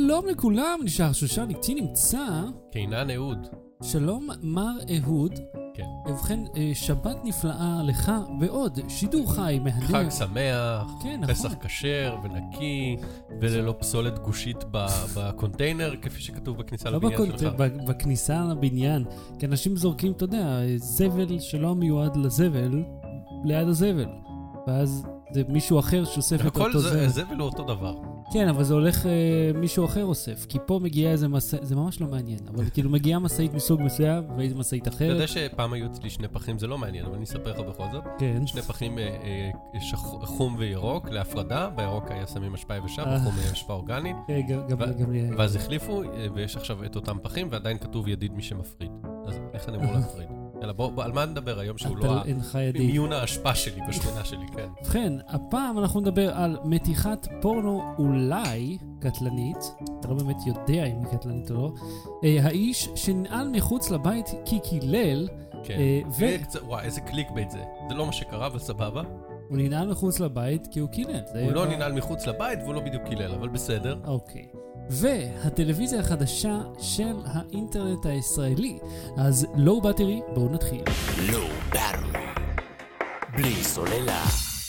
שלום לכולם, נשאר שושן, איתי נמצא... קינן אהוד. שלום מר אהוד. כן. ובכן, שבת נפלאה לך ועוד שידור חי מהנה. חג שמח, כן, פסח נכון. כשר ונקי, וללא פסולת גושית בקונטיינר, כפי שכתוב בכניסה לבניין שלך. בכניסה לבניין, כי אנשים זורקים, אתה יודע, זבל שלא מיועד לזבל, ליד הזבל. ואז זה מישהו אחר שאוסף את אותו זבל. הכל זבל הוא אותו דבר. כן, אבל זה הולך, מישהו אחר אוסף, כי פה מגיעה איזה מסעית, זה ממש לא מעניין, אבל כאילו מגיעה מסעית מסוג מסוים, ואיזה מסעית אחרת. אתה יודע שפעם היו אצלי שני פחים, זה לא מעניין, אבל אני אספר לך בכל זאת. כן. שני פחים חום וירוק להפרדה, בירוק היה שמים אשפה יבשה, בחום היה אשפה אורגנית. גם לי. ואז החליפו, ויש עכשיו את אותם פחים, ועדיין כתוב ידיד מי שמפריד. אז איך אני אמור להפריד? יאללה, בוא, על מה נדבר היום שהוא לא מיון ההשפעה שלי בשכונה שלי, כן. ובכן, הפעם אנחנו נדבר על מתיחת פורנו אולי קטלנית, אתה לא באמת יודע אם היא קטלנית או לא, האיש שננעל מחוץ לבית כי קילל, כן, וואי, איזה קליק בית זה. זה לא מה שקרה, אבל סבבה. הוא ננעל מחוץ לבית כי הוא קילל. הוא לא ננעל מחוץ לבית והוא לא בדיוק קילל, אבל בסדר. אוקיי. והטלוויזיה החדשה של האינטרנט הישראלי. אז לואו בטרי, בואו נתחיל. לואו בטרי, בלי סוללה.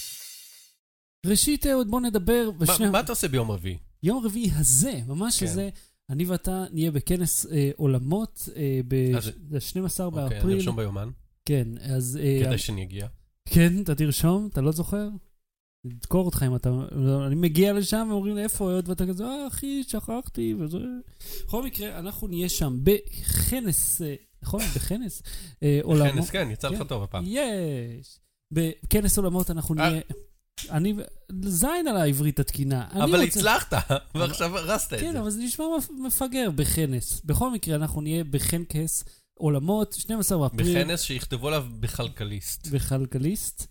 ראשית, עוד בואו נדבר... מה אתה עושה ביום רביעי? יום רביעי הזה, ממש הזה, אני ואתה נהיה בכנס עולמות ב-12 באפריל. אוקיי, אני ארשום ביומן. כן, אז... כדי שאני אגיע. כן, אתה תרשום, אתה לא זוכר? נדקור אותך אם אתה... אני מגיע לשם ואומרים לי איפה עוד, ואתה כזה, אחי, שכחתי, וזה... בכל מקרה, אנחנו נהיה שם בכנס, נכון? בכנס עולמות. בכנס, כן, יצא לך טוב הפעם. יש. בכנס עולמות אנחנו נהיה... אני... זין על העברית התקינה. אבל הצלחת, ועכשיו הרסת את זה. כן, אבל זה נשמע מפגר בכנס. בכל מקרה, אנחנו נהיה בכנס עולמות, 12 באפריל. בכנס שיכתבו עליו בכלכליסט. בכלכליסט.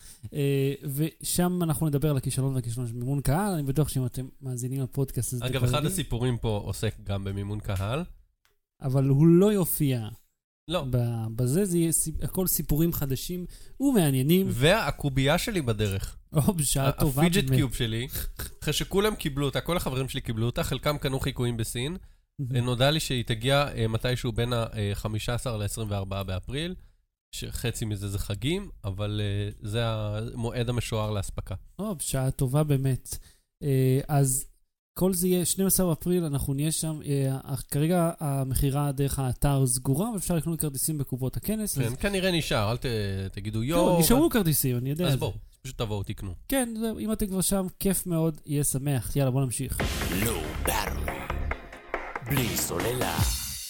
ושם אנחנו נדבר על הכישלון והכישלון של מימון קהל. אני בטוח שאם אתם מאזינים לפודקאסט הזה... אגב, אחד הסיפורים פה עוסק גם במימון קהל. אבל הוא לא יופיע. לא. בזה זה יהיה הכל סיפורים חדשים ומעניינים. והקובייה שלי בדרך. בשעה טובה. הפיג'ט קיוב שלי, אחרי שכולם קיבלו אותה, כל החברים שלי קיבלו אותה, חלקם קנו חיקויים בסין. נודע לי שהיא תגיע מתישהו בין ה-15 ל-24 באפריל, שחצי מזה זה חגים, אבל זה המועד המשוער להספקה. בשעה טובה באמת. אז כל זה יהיה 12 באפריל, אנחנו נהיה שם. כרגע המחירה דרך האתר סגורה, ואפשר לקנות כרטיסים בקופות הכנס. כן, כנראה נשאר, אל תגידו יו. נשארו כרטיסים, אני יודע. אז בואו, פשוט תבואו, תקנו. כן, אם אתם כבר שם, כיף מאוד, יהיה שמח. יאללה, בוא נמשיך. לואו בטרי, בלי סוללה.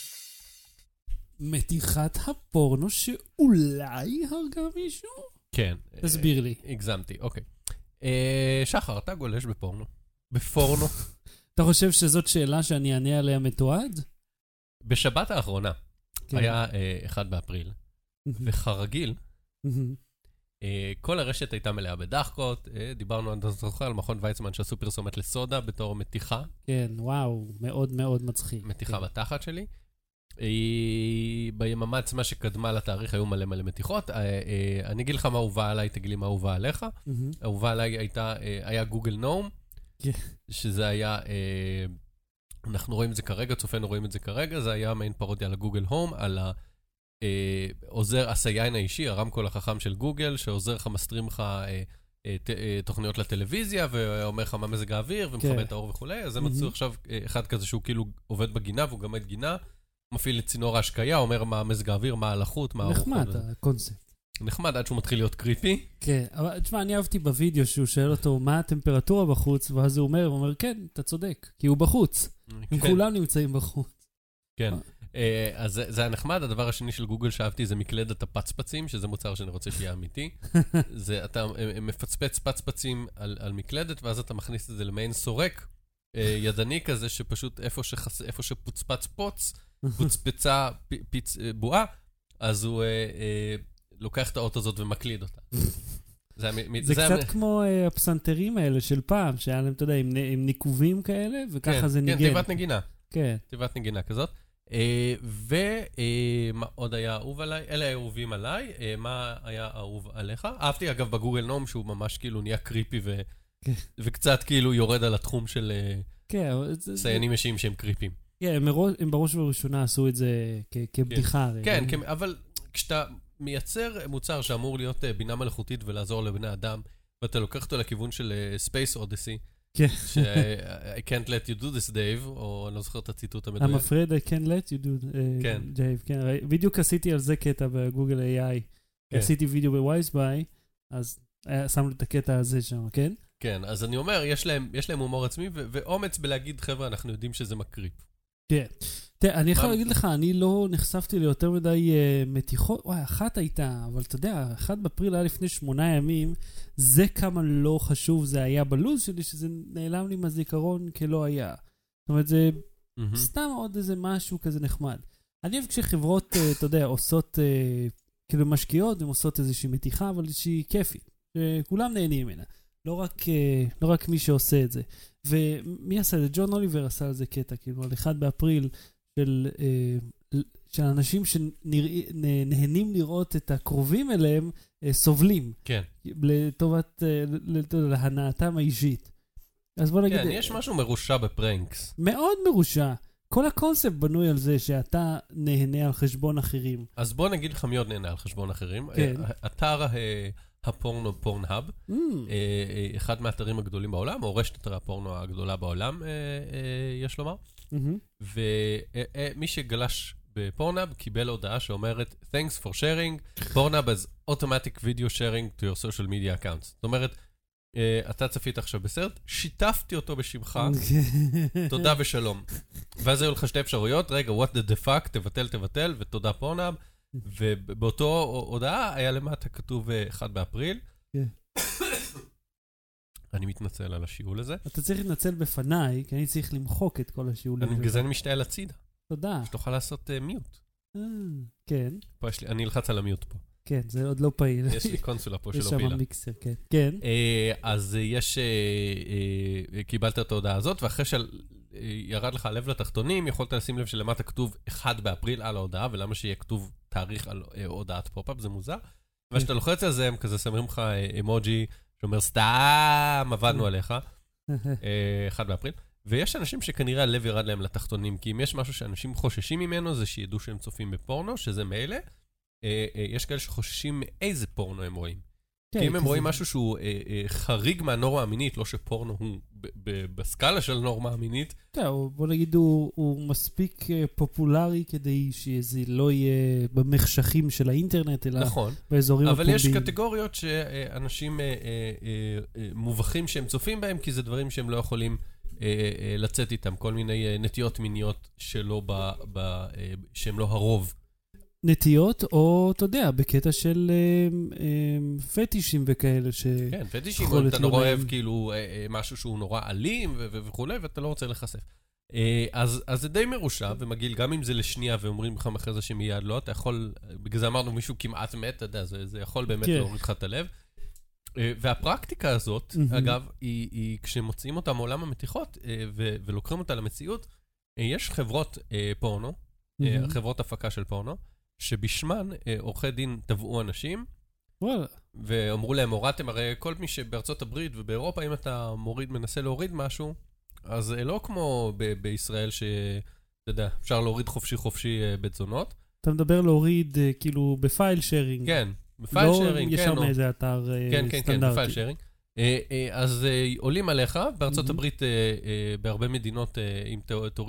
מתיחת הפורנו שאולי הרגה מישהו? כן. תסביר לי. הגזמתי, אוקיי. שחר, אתה גולש בפורנו? בפורנו? אתה חושב שזאת שאלה שאני אענה עליה מתועד? בשבת האחרונה היה 1 באפריל, וכרגיל, כל הרשת הייתה מלאה בדחקות, דיברנו על מכון ויצמן שעשו פרסומת לסודה בתור מתיחה. כן, וואו, מאוד מאוד מצחיק. מתיחה בתחת שלי. ביממה עצמה שקדמה לתאריך היו מלא מלא מתיחות. אני אגיד לך מה הובא עליי, תגיד לי מה הובא עליך. הובא עליי היה גוגל נום, שזה היה, אנחנו רואים את זה כרגע, צופינו רואים את זה כרגע, זה היה מעין פרודיה לגוגל הום, על עוזר הסיין האישי, הרמקול החכם של גוגל, שעוזר לך, מסתרים לך תוכניות לטלוויזיה, ואומר לך מה מזג האוויר, ומכבה את האור וכו'. אז הם מצאו עכשיו אחד כזה שהוא כאילו עובד בגינה, והוא גם את גינה, מפעיל את צינור ההשקיה, אומר מה מזג האוויר, מה הלחות, מה הארוחות. נחמד, הקונספט. נחמד, עד שהוא מתחיל להיות קריפי. כן, אבל תשמע, אני אהבתי בווידאו שהוא שואל אותו מה הטמפרטורה בחוץ, ואז הוא אומר, כן, אתה צודק, כי הוא בחוץ. הם כולם נמצאים בחוץ. כן. אז זה היה נחמד. הדבר השני של גוגל שאהבתי זה מקלדת הפצפצים, שזה מוצר שאני רוצה שיהיה אמיתי. אתה מפצפץ פצפצים על מקלדת, ואז אתה מכניס את זה למעין סורק ידני כזה, שפשוט איפה שפוצפץ פוץ, פוצפצה בועה, אז הוא לוקח את האוטו הזאת ומקליד אותה. זה קצת כמו הפסנתרים האלה של פעם, שהיה להם, אתה יודע, עם ניקובים כאלה, וככה זה ניגן. כן, תיבת נגינה. כן. תיבת נגינה כזאת. ומה עוד היה אהוב עליי? אלה אהובים עליי. מה היה אהוב עליך? אהבתי אגב בגוגל נום שהוא ממש כאילו נהיה קריפי וקצת כאילו יורד על התחום של כן, ציינים אישיים שהם קריפים. כן, הם בראש ובראשונה עשו את זה כבדיחה. כן, אבל כשאתה מייצר מוצר שאמור להיות בינה מלאכותית ולעזור לבני אדם, ואתה לוקח אותו לכיוון של Space Odyssey, כן. I can't let you do this, Dave, או אני לא זוכר את הציטוט המדויק. I'm afraid I can't let you do, Dave. כן, בדיוק עשיתי על זה קטע בגוגל AI. עשיתי וידאו בווייסביי, אז שמנו את הקטע הזה שם, כן? כן, אז אני אומר, יש להם הומור עצמי, ואומץ בלהגיד, חבר'ה, אנחנו יודעים שזה מקריפ. כן. תראה, אני יכול להגיד לך, אני לא נחשפתי ליותר מדי מתיחות, וואי, אחת הייתה, אבל אתה יודע, 1 באפריל היה לפני 8 ימים, זה כמה לא חשוב זה היה בלוז שלי, שזה נעלם לי מהזיכרון כלא היה. זאת אומרת, זה סתם עוד איזה משהו כזה נחמד. אני אוהב כשחברות, אתה יודע, עושות, כאילו משקיעות, הן עושות איזושהי מתיחה, אבל איזושהי כיפית, שכולם נהנים ממנה. לא רק מי שעושה את זה. ומי עשה את זה? ג'ון אוליבר עשה על זה קטע, כאילו, על 1 באפריל של אנשים שנהנים לראות את הקרובים אליהם סובלים. כן. לטובת, להנאתם האישית. אז בוא נגיד... כן, יש משהו מרושע בפרנקס. מאוד מרושע. כל הקונספט בנוי על זה שאתה נהנה על חשבון אחרים. אז בוא נגיד לך מי עוד נהנה על חשבון אחרים. כן. אתר הפורנו פורנהאב, אחד מהאתרים הגדולים בעולם, או רשת אתרי הפורנו הגדולה בעולם, יש לומר. ומי שגלש בפורנהאב קיבל הודעה שאומרת, Thanks for sharing, Pornhub has automatic video sharing to your social media accounts. זאת אומרת, אתה צפית עכשיו בסרט, שיתפתי אותו בשמך, תודה ושלום. ואז היו לך 2 אפשרויות, רגע, what the fuck, תבטל, ותודה פורנהאב. ובאותו הודעה היה למטה כתוב 1 באפריל. אני מתנצל על השיעול הזה. אתה צריך להתנצל בפניי, כי אני צריך למחוק את כל השיעול הזה. אני בגלל זה אני משתעל הצידה. תודה. שתוכל לעשות מיוט. כן. אני אלחץ על המיוט פה. כן, זה עוד לא פעיל. יש לי קונסולה פה שלא יש פעילה. שם מיקסר, כן. כן. אז קיבלת את ההודעה הזאת, ואחרי שירד לך הלב לתחתונים, יכולת לשים לב שלמטה כתוב 1 באפריל על ההודעה, ולמה שיהיה כתוב תאריך על הודעת פופ-אפ, זה מוזר. וכשאתה לוחץ על זה, הם כזה שמים לך אמוג'י שאומר, סתם, עבדנו עליך. 1 באפריל. ויש אנשים שכנראה הלב ירד להם לתחתונים, כי אם יש משהו שאנשים חוששים ממנו, זה שידעו שהם צופים בפורנו, שזה מילא. יש כאלה שחוששים מאיזה פורנו הם רואים. כי אם הם רואים משהו שהוא חריג מהנורמה המינית, לא שפורנו הוא בסקאלה של נורמה המינית. בוא נגיד, הוא מספיק פופולרי כדי שזה לא יהיה במחשכים של האינטרנט, אלא באזורים הפומביים. אבל יש קטגוריות שאנשים מובכים שהם צופים בהם, כי זה דברים שהם לא יכולים לצאת איתם, כל מיני נטיות מיניות שהם לא הרוב. נטיות, או אתה יודע, בקטע של פטישים וכאלה כן, פטישים, אתה נורא אוהב כאילו משהו שהוא נורא אלים וכו', ואתה לא רוצה לחשף. אז זה די מרושע ומגיל, גם אם זה לשנייה ואומרים לך אחרי זה שמיד לא, אתה יכול, בגלל זה אמרנו מישהו כמעט מת, אתה יודע, זה יכול באמת להוריד לך את הלב. והפרקטיקה הזאת, אגב, היא כשמוצאים אותה מעולם המתיחות ולוקחים אותה למציאות, יש חברות פורנו, חברות הפקה של פורנו, שבשמן עורכי דין טבעו אנשים, ואמרו להם, הורדתם, הרי כל מי שבארצות הברית ובאירופה, אם אתה מנסה להוריד משהו, אז לא כמו בישראל אתה יודע, אפשר להוריד חופשי בתזונות. אתה מדבר להוריד כאילו בפייל שיירינג. כן, בפייל שיירינג. לא ישר מאיזה אתר סטנדרטי. כן, בפייל שיירינג. אז עולים עליך, בארצות הברית, בהרבה מדינות, אם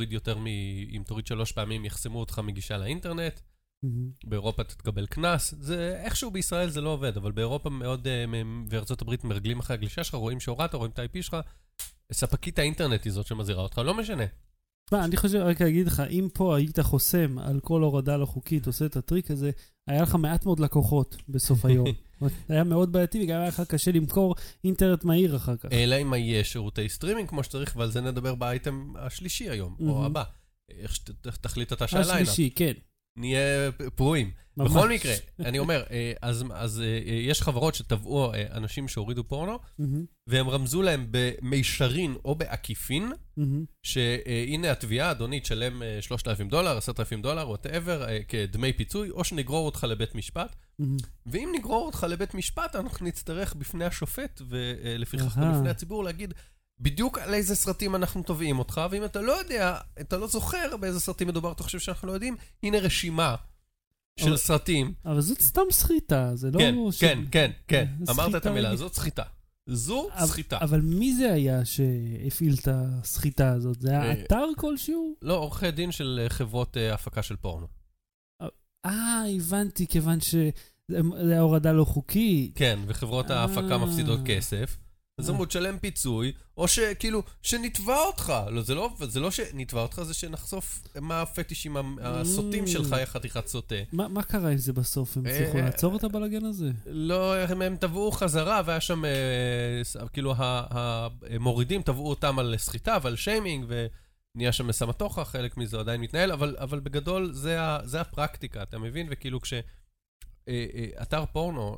תוריד 3 פעמים, יחסמו אותך מגישה לאינטרנט. באירופה תתקבל כנס, זה איכשהו בישראל זה לא עובד, אבל באירופה מאוד, בארצות הברית מרגלים אחרי הגלישה שלך, רואים שהורדת, רואים את ה-IP שלך, ספקית האינטרנט היא זאת שמזהירה אותך, לא משנה. אני חושב, רק להגיד לך, אם פה היית חוסם על כל הורדה לא חוקית, עושה את הטריק הזה, היה לך מעט מאוד לקוחות בסוף היום. היה מאוד בעייתי, וגם היה לך קשה למכור אינטרנט מהיר אחר כך. אלא אם יש שירותי סטרימינג כמו שצריך, ועל זה נדבר באייטם השלישי היום, או הבא. איך שתחליט אתה שהלילה. השלישי, כן. נהיה פרועים. בכל מקרה, אני אומר, אז יש חברות שטבעו אנשים שהורידו פורנו, והם רמזו להם במישרין או בעקיפין, שהנה התביעה, אדוני, תשלם $3,000, $10,000, whatever, כדמי פיצוי, או שנגרור אותך לבית משפט. ואם נגרור אותך לבית משפט, אנחנו נצטרך בפני השופט, ולפיכך גם בפני הציבור להגיד, בדיוק על איזה סרטים אנחנו תובעים אותך, ואם אתה לא יודע, אתה לא זוכר באיזה סרטים מדובר, אתה חושב שאנחנו לא יודעים, הנה רשימה של סרטים. אבל זאת סתם סחיטה, זה לא... כן, אמרת את המילה, זאת סחיטה. זו סחיטה. אבל מי זה היה שהפעיל את הסחיטה הזאת? זה היה אתר כלשהו? לא, עורכי דין של חברות הפקה של פורנו. הבנתי, כיוון שזה היה הורדה לא חוקית. כן, וחברות ההפקה מפסידות כסף. אז אמרו, תשלם פיצוי, או שכאילו, שנתבע אותך. לא, זה לא שנתבע אותך, זה שנחשוף מה הפטישים הסוטים שלך, חתיכת סוטה. מה קרה עם זה בסוף? הם צריכו לעצור את הבלגן הזה? לא, הם תבעו חזרה, והיה שם, כאילו, המורידים תבעו אותם על סחיטה ועל שיימינג, ונהיה שם מסמתוחה, חלק מזה עדיין מתנהל, אבל בגדול זה הפרקטיקה, אתה מבין? וכאילו אתר פורנו,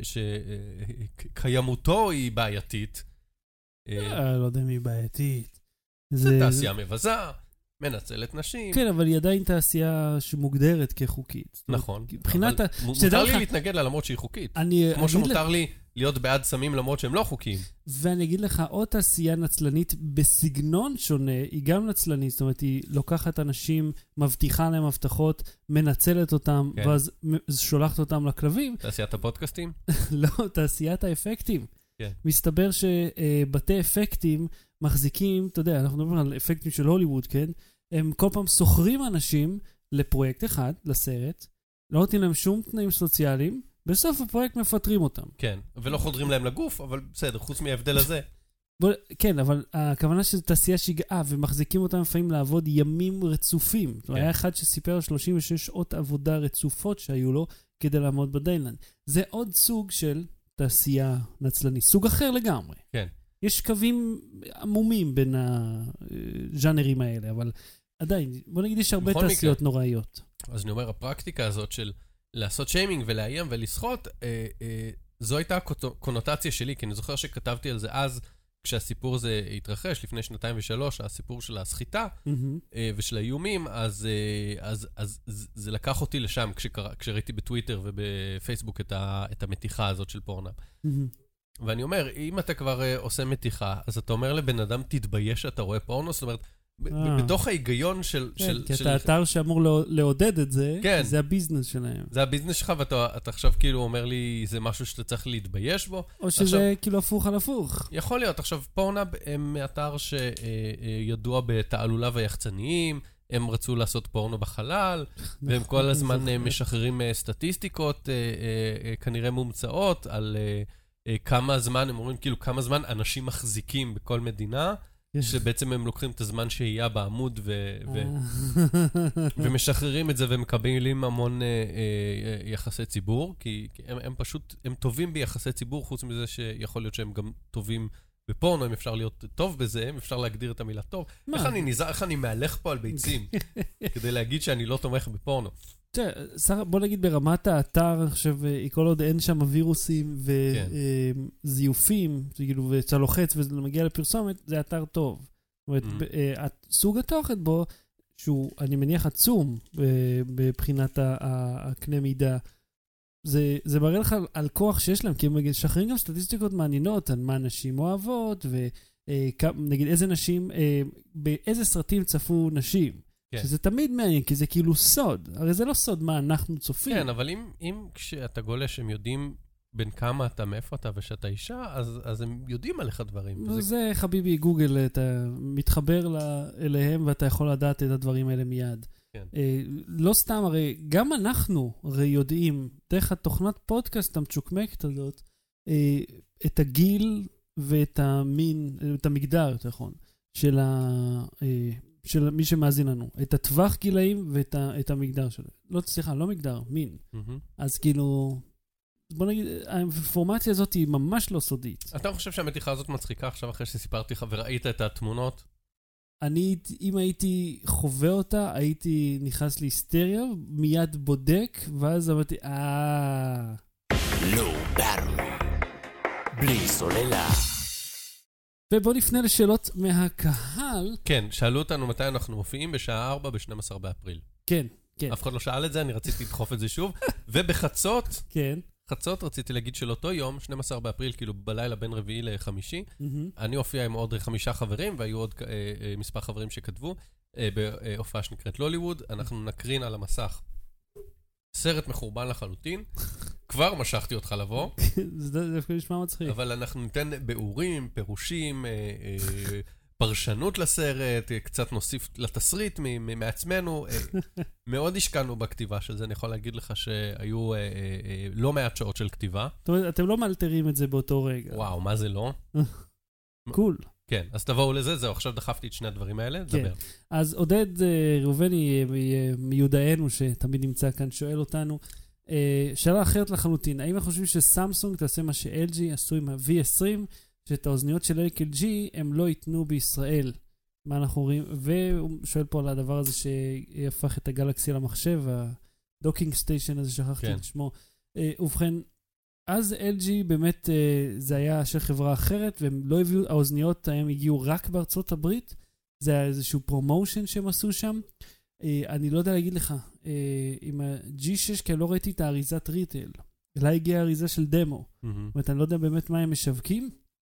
שקיימותו היא בעייתית. לא יודע אם היא בעייתית. זה תעשייה מבזה, מנצלת נשים. כן, אבל היא עדיין תעשייה שמוגדרת כחוקית. נכון. מותר לי להתנגד לה למרות שהיא חוקית. כמו שמותר לי להיות בעד סמים למרות שהם לא חוקיים. ואני אגיד לך, עוד תעשייה נצלנית בסגנון שונה, היא גם נצלנית, זאת אומרת, היא לוקחת אנשים, מבטיחה להם הבטחות, מנצלת אותם, ואז שולחת אותם לכלבים. תעשיית הפודקאסטים? לא, תעשיית האפקטים. מסתבר שבתי אפקטים מחזיקים, אתה יודע, אנחנו מדברים על אפקטים של הוליווד, כן? הם כל פעם סוחרים אנשים לפרויקט אחד, לסרט, לא נותנים להם שום תנאים סוציאליים, בסוף הפרויקט מפטרים אותם. כן, ולא חודרים להם לגוף, אבל בסדר, חוץ מההבדל הזה. כן, אבל הכוונה שזו תעשייה שיגעה, ומחזיקים אותם לפעמים לעבוד ימים רצופים. היה אחד שסיפר 36 שעות עבודה רצופות שהיו לו, כדי לעמוד בדיילנד. זה עוד סוג של תעשייה נצלנית, סוג אחר לגמרי. כן. יש קווים עמומים בין הז'אנרים האלה, אבל עדיין, בוא נגיד, יש הרבה תעשיות נוראיות. אז אני אומר, הפרקטיקה הזאת של לעשות שיימינג ולאיים ולשחות, זו הייתה הקונוטציה שלי, כי אני זוכר שכתבתי על זה אז, כשהסיפור הזה התרחש, לפני 2-3, הסיפור של הסחיטה ושל האיומים, אז זה לקח אותי לשם, כשראיתי בטוויטר ובפייסבוק את המתיחה הזאת של פורנאפ. ואני אומר, אם אתה כבר עושה מתיחה, אז אתה אומר לבן אדם, תתבייש שאתה רואה פורנו, זאת אומרת, בתוך ההיגיון של... כן, כי אתה אתר שאמור לעודד את זה, זה הביזנס שלהם. זה הביזנס שלך, ואתה עכשיו כאילו אומר לי, זה משהו שאתה צריך להתבייש בו. או שזה כאילו הפוך על הפוך. יכול להיות. עכשיו, פורנאפ הם אתר שידוע בתעלוליו היחצניים, הם רצו לעשות פורנו בחלל, והם כל הזמן משחררים סטטיסטיקות, כנראה מומצאות, על כמה זמן, הם אומרים כאילו כמה זמן אנשים מחזיקים בכל מדינה, שבעצם הם לוקחים את הזמן שהייה בעמוד ומשחררים את זה ומקבלים המון יחסי ציבור, כי הם פשוט, הם טובים ביחסי ציבור, חוץ מזה שיכול להיות שהם גם טובים בפורנו, אם אפשר להיות טוב בזה, אם אפשר להגדיר את המילה טוב. איך אני מהלך פה על ביצים, כדי להגיד שאני לא תומך בפורנו. בוא נגיד ברמת האתר, אני חושב, כל עוד אין שם וירוסים וזיופים, ואתה לוחץ וזה מגיע לפרסומת, זה אתר טוב. זאת אומרת, סוג התוכן בו, שהוא, אני מניח, עצום בבחינת הקנה מידע, זה מראה לך על כוח שיש להם, כי הם שחררים גם סטטיסטיקות מעניינות, על מה נשים אוהבות, ונגיד איזה נשים, באיזה סרטים צפו נשים. שזה תמיד מעניין, כי זה כאילו סוד. הרי זה לא סוד מה אנחנו צופים. כן, אבל אם כשאתה גולש, הם יודעים בין כמה אתה, מאיפה אתה ושאתה אישה, אז הם יודעים עליך דברים. זה חביבי גוגל, אתה מתחבר אליהם, ואתה יכול לדעת את הדברים האלה מיד. לא סתם, הרי גם אנחנו הרי יודעים, דרך התוכנת פודקאסט המצ'וקמקת הזאת, את הגיל ואת המין, את המגדר, יותר נכון, של מי שמאזין לנו. את הטווח גילאים ואת המגדר שלו. לא, סליחה, לא מגדר, מין. אז כאילו, בוא נגיד, האינפורמציה הזאת היא ממש לא סודית. אתה חושב שהמתיחה הזאת מצחיקה עכשיו אחרי שסיפרתי לך וראית את התמונות? אם הייתי חווה אותה, הייתי נכנס להיסטריה, מיד בודק, ואז אמרתי, לא ברם. בלי סוללה. ובוא נפנה לשאלות מהקהל. כן, שאלו אותנו מתי אנחנו מופיעים בשעה 4 ב-12 באפריל. כן, כן. אף אחד לא שאל את זה, אני רציתי לדחוף את זה שוב. ובחצות, כן. חצות, רציתי להגיד של אותו יום, 12 באפריל, כאילו בלילה בין רביעי לחמישי, אני הופיע עם עוד 5 חברים, והיו עוד מספר חברים שכתבו, בהופעה שנקראת לוליווד, אנחנו נקרין על המסך סרט מחורבן לחלוטין, כבר משכתי אותך לבוא. זה דווקא נשמע מצחיק. אבל אנחנו ניתן ביאורים, פירושים, פרשנות לסרט, קצת נוסיף לתסריט מעצמנו. מאוד השקענו בכתיבה של זה, אני יכול להגיד לך שהיו לא מעט שעות של כתיבה. זאת אומרת, אתם לא מאלתרים את זה באותו רגע. וואו, מה זה לא? קול. כן, אז תבואו לזה, זהו, עכשיו דחפתי את שני הדברים האלה, דבר. אז עודד ראובני מיודענו, שתמיד נמצא כאן, שואל אותנו, שאלה אחרת לחלוטין, האם אנחנו חושבים שסמסונג תעשה מה ש-LG עשו עם ה-V20, שאת האוזניות של LG הם לא ייתנו בישראל? מה אנחנו רואים? והוא שואל פה על הדבר הזה שיפך את הגלקסי למחשב, הדוקינג סטיישן הזה, שכחתי את שמו. ובכן, אז LG באמת זה היה של חברה אחרת, והם לא הביאו, האוזניות הם הגיעו רק בארצות הברית, זה היה איזשהו פרומושן שהם עשו שם. אני לא יודע להגיד לך, עם ה-G6, כי אני לא ראיתי את האריזת ריטייל. אולי הגיעה האריזה של דמו. זאת אומרת, אני לא יודע באמת מה הם משווקים.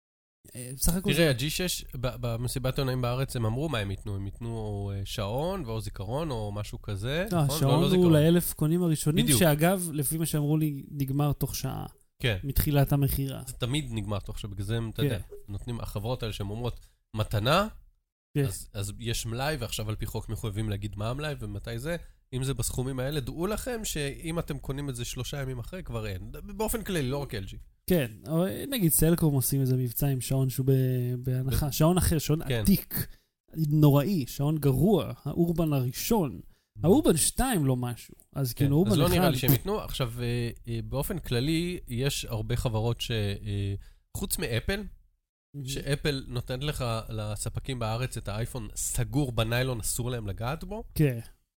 תראה, ה-G6, במסיבת העונאים בארץ, הם אמרו מה הם ייתנו. הם ייתנו שעון, או זיכרון, או משהו כזה. השעון הוא ל1,000 קונים הראשונים, שאגב, לפי מה שאמרו לי, נגמר תוך שעה. מתחילת המחירה. זה תמיד נגמר תוך שבגלל זה, אתה יודע, נותנים החברות האלה שהן אומרות, מתנה, אז יש מלאי, ועכשיו על פי חוק מחויבים להגיד מה המלאי ומתי זה. אם זה בסכומים האלה, דעו לכם שאם אתם קונים את זה 3 ימים אחרי, כבר אין. באופן כללי, לא רק LG. כן, נגיד סלקום עושים איזה מבצע עם שעון שהוא בהנחה. שעון אחר, שעון עתיק, נוראי, שעון גרוע, האורבן הראשון. האורבן 2 לא משהו. אז כאילו אורבן 1... אז לא נראה לי שהם ייתנו. עכשיו, באופן כללי, יש הרבה חברות חוץ מאפל, שאפל נותנת לך לספקים בארץ את האייפון סגור בניילון, אסור להם לגעת בו. כן.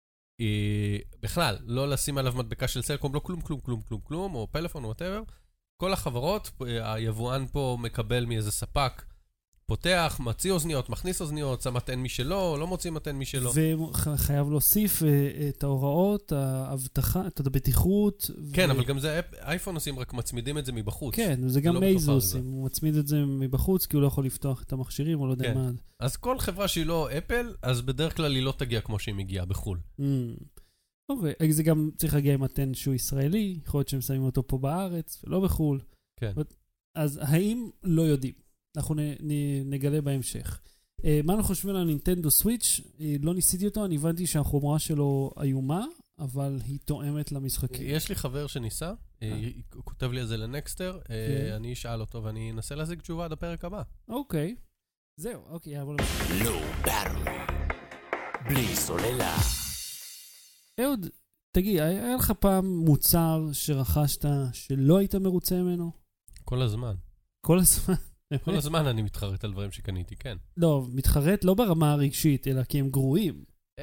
בכלל, לא לשים עליו מדבקה של סלקום, לא כלום, כלום, כלום, כלום, כלום, או פלאפון או whatever. כל החברות, היבואן פה מקבל מאיזה ספק, פותח, מציא אוזניות, מכניס אוזניות, שם מתן מי שלא, לא מוציא מתן מי שלא. וחייב להוסיף את ההוראות, ההבטחה, את הבטיחות. כן, אבל גם זה אייפון עושים, רק מצמידים את זה מבחוץ. כן, זה גם אייזוס, הוא מצמיד את זה מבחוץ, כי הוא לא יכול לפתוח את המכשירים, או לא יודע מה. אז כל חברה שהיא לא אפל, אז בדרך כלל היא לא תגיע כמו שהיא מגיעה בחול. אוקיי, זה גם צריך להגיע עם מתן שהוא ישראלי, יכול להיות שהם שמים אותו פה בארץ, ולא בחול. כן. אז האם לא יודעים? אנחנו נגלה בהמשך. מה אנחנו חושבים על הנינטנדו סוויץ'? לא ניסיתי אותו, אני הבנתי שהחומרה שלו איומה, אבל היא תואמת למשחקים. יש לי חבר שניסה, הוא כותב לי את זה לנקסטר, אני אשאל אותו ואני אנסה להשיג תשובה עד הפרק הבא. אוקיי. זהו, אוקיי, בוא לא ברור. בלי סוללה. אהוד, תגיד, היה לך פעם מוצר שרכשת שלא היית מרוצה ממנו? כל הזמן. כל הזמן? כל הזמן אני מתחרט על דברים שקניתי, כן. לא, מתחרט לא ברמה הרגשית, אלא כי הם גרועים.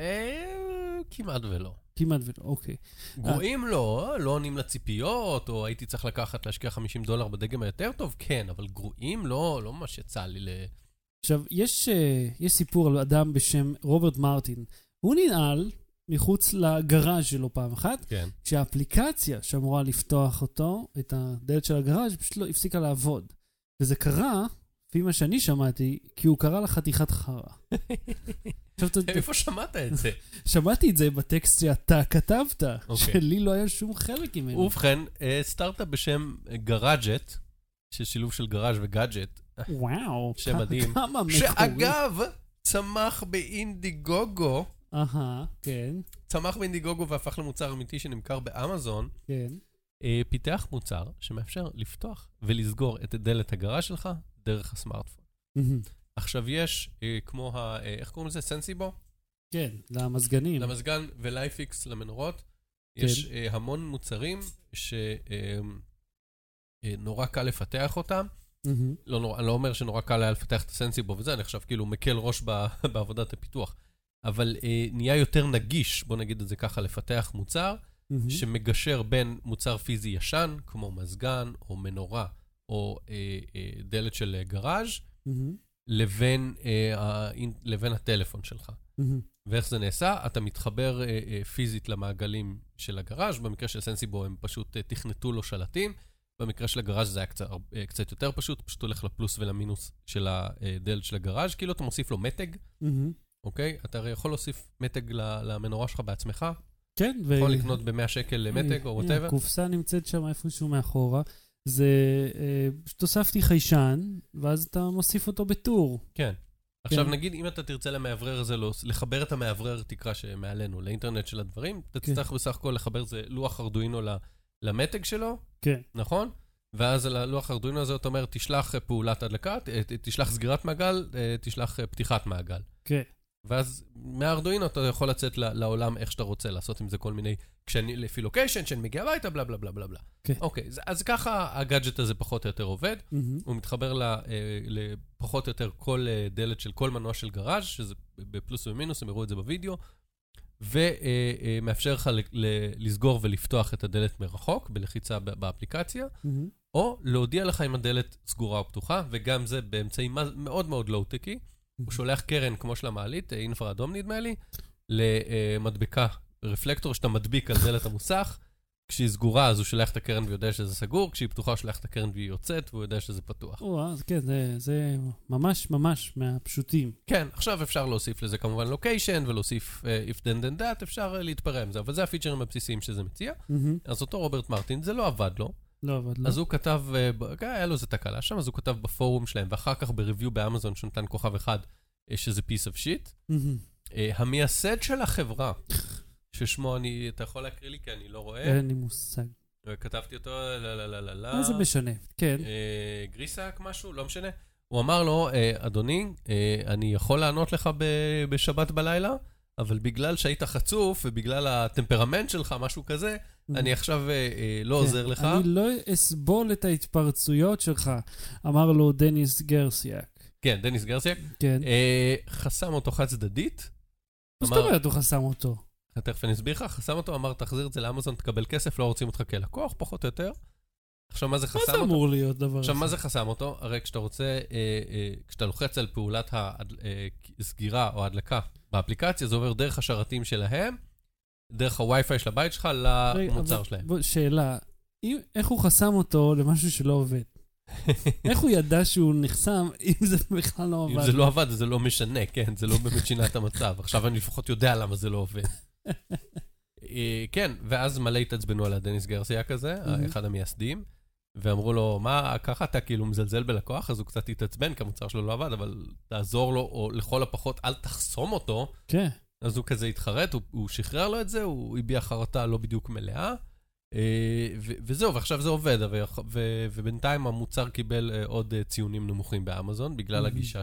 כמעט ולא. כמעט ולא, אוקיי. גרועים לא, לא עונים לציפיות, או הייתי צריך להשקיע $50 בדגם היותר טוב, כן, אבל גרועים לא ממש יצא לי עכשיו, יש סיפור על אדם בשם רוברט מרטין. הוא ננעל מחוץ לגראז' שלו פעם אחת, כן. כשהאפליקציה שאמורה לפתוח אותו, את הדלת של הגראז' פשוט לא הפסיקה לעבוד. וזה קרה, לפי מה שאני שמעתי, כי הוא קרא לחתיכת חרה. איפה שמעת את זה? שמעתי את זה בטקסט שאתה כתבת, שלי לא היה שום חלק ממנו. ובכן, סטארט-אפ בשם גראג'ט, ששילוב של גראז' וגאדג'ט. וואו, שם מדהים. כמה מקורי. שאגב, צמח באינדיגוגו. כן. צמח באינדיגוגו והפך למוצר אמיתי שנמכר באמזון. כן. פיתח מוצר שמאפשר לפתוח ולסגור את דלת הגראז' שלך דרך הסמארטפון. עכשיו יש, כמו איך קוראים לזה? סנסיבו? כן, למזגנים. למזגן ולייפיקס למנורות. יש המון מוצרים שנורא קל לפתח אותם. אני לא אומר שנורא קל היה לפתח את הסנסיבו וזה, אני עכשיו כאילו מקל ראש בעבודת הפיתוח. אבל נהיה יותר נגיש, בוא נגיד את זה ככה, לפתח מוצר, שמגשר בין מוצר פיזי ישן, כמו מזגן או מנורה, או דלת של גראז', לבין הטלפון שלך. ואיך זה נעשה? אתה מתחבר פיזית למעגלים של הגראז'. במקרה של סנסיבו הם פשוט תכנתו לו שלטים. במקרה של הגראז' זה היה קצת יותר פשוט, פשוט הולך לפלוס ולמינוס של הדלת של הגראז', כאילו אתה מוסיף לו מתג, אוקיי? אתה הרי יכול להוסיף מתג למנורה שלך בעצמך, כן. יכול לקנות ב100 שקל למתג או whatever. הקופסה נמצאת שם איפשהו מאחורה, זה תוספתי חיישן, ואז אתה מוסיף אותו בטור. כן. עכשיו נגיד, אם אתה תרצה למעברר הזה, לחבר את המעברר תקרא שמעלינו, לאינטרנט של הדברים, אתה תצטרך בסך הכל לחבר זה לוח ארדואינו למתג שלו, כן. נכון? ואז על הלוח ארדואינו הזה אתה אומר, תשלח פעולת הדלקה, תשלח סגירת מעגל, תשלח פתיחת מעגל. כן. ואז מהארדואינו אתה יכול לצאת לעולם איך שאתה רוצה, לעשות עם זה כל מיני, לפי לוקיישן, שאני מגיע הביתה, בלה בלה בלה בלה בלה. כן. אוקיי, אז ככה הגאדג'ט הזה פחות או יותר עובד, הוא מתחבר לפחות או יותר כל דלת של כל מנוע של גראז', שזה בפלוס ומינוס, הם יראו את זה בווידאו, ומאפשר לך לסגור ולפתוח את הדלת מרחוק, בלחיצה באפליקציה, או להודיע לך אם הדלת סגורה או פתוחה, וגם זה באמצעים מאוד מאוד לואו-טקי, הוא שולח קרן כמו של המעלית, אינפרה אדום נדמה לי, למדבקה, רפלקטור שאתה מדביק על דלת המוסך, כשהיא סגורה אז הוא שולח את הקרן ויודע שזה סגור, כשהיא פתוחה הוא שולח את הקרן והיא יוצאת, והוא יודע שזה פתוח. אז כן, זה ממש ממש מהפשוטים. כן, עכשיו אפשר להוסיף לזה כמובן לוקיישן, ולהוסיף if then then that, אפשר להתפרע עם זה, אבל זה הפיצ'רים הבסיסיים שזה מציע. אז אותו רוברט מרטין, זה לא עבד לו. לא עבד לו. אז הוא כתב, היה לו איזה תקלה שם, אז הוא כתב בפורום שלהם, ואחר כך בריוויו באמזון שנתן כוכב אחד, שזה piece of shit. המייסד של החברה, ששמו אתה יכול להקריא לי, כי אני לא רואה. אין לי מושג. כתבתי אותו, מה זה משנה? כן. גריסק משהו, לא משנה. הוא אמר לו, אדוני, אני יכול לענות לך בשבת בלילה, אבל בגלל שהיית חצוף, ובגלל הטמפרמנט שלך, משהו כזה, אני עכשיו לא עוזר לך. אני לא אסבול את ההתפרצויות שלך, אמר לו דניס גרסיאק. כן, דניס גרסיאק. כן. חסם אותו חד צדדית. זאת אומרת, הוא חסם אותו. תכף אני אסביר לך, חסם אותו, אמר, תחזיר את זה לאמזון, תקבל כסף, לא רוצים אותך כלקוח, פחות או יותר. עכשיו, מה זה חסם אותו? מה זה אמור להיות דבר הזה? עכשיו, מה זה חסם אותו? הרי כשאתה רוצה, כשאתה לוחץ על פעולת הסגירה או ההדלקה באפליקציה, זה עובר דרך השרתים שלהם, דרך הווי-פיי של הבית שלך למוצר שלהם. שאלה, איך הוא חסם אותו למשהו שלא עובד? איך הוא ידע שהוא נחסם אם זה בכלל לא עבד? אם זה לא עבד, זה לא משנה, כן, זה לא באמת שינה את המצב. עכשיו אני לפחות יודע למה זה לא עובד. כן, ואז מלא התעצבנו על הדניס גרסיאק הזה, אחד המייסדים, ואמרו לו, מה, ככה אתה כאילו מזלזל בלקוח, אז הוא קצת התעצבן, כי המוצר שלו לא עבד, אבל תעזור לו, או לכל הפחות, אל תחסום אותו. כן. אז הוא כזה התחרט, הוא שחרר לו את זה, הוא הביע חרטה לא בדיוק מלאה, וזהו, ועכשיו זה עובד, ובינתיים המוצר קיבל עוד ציונים נמוכים באמזון, בגלל הגישה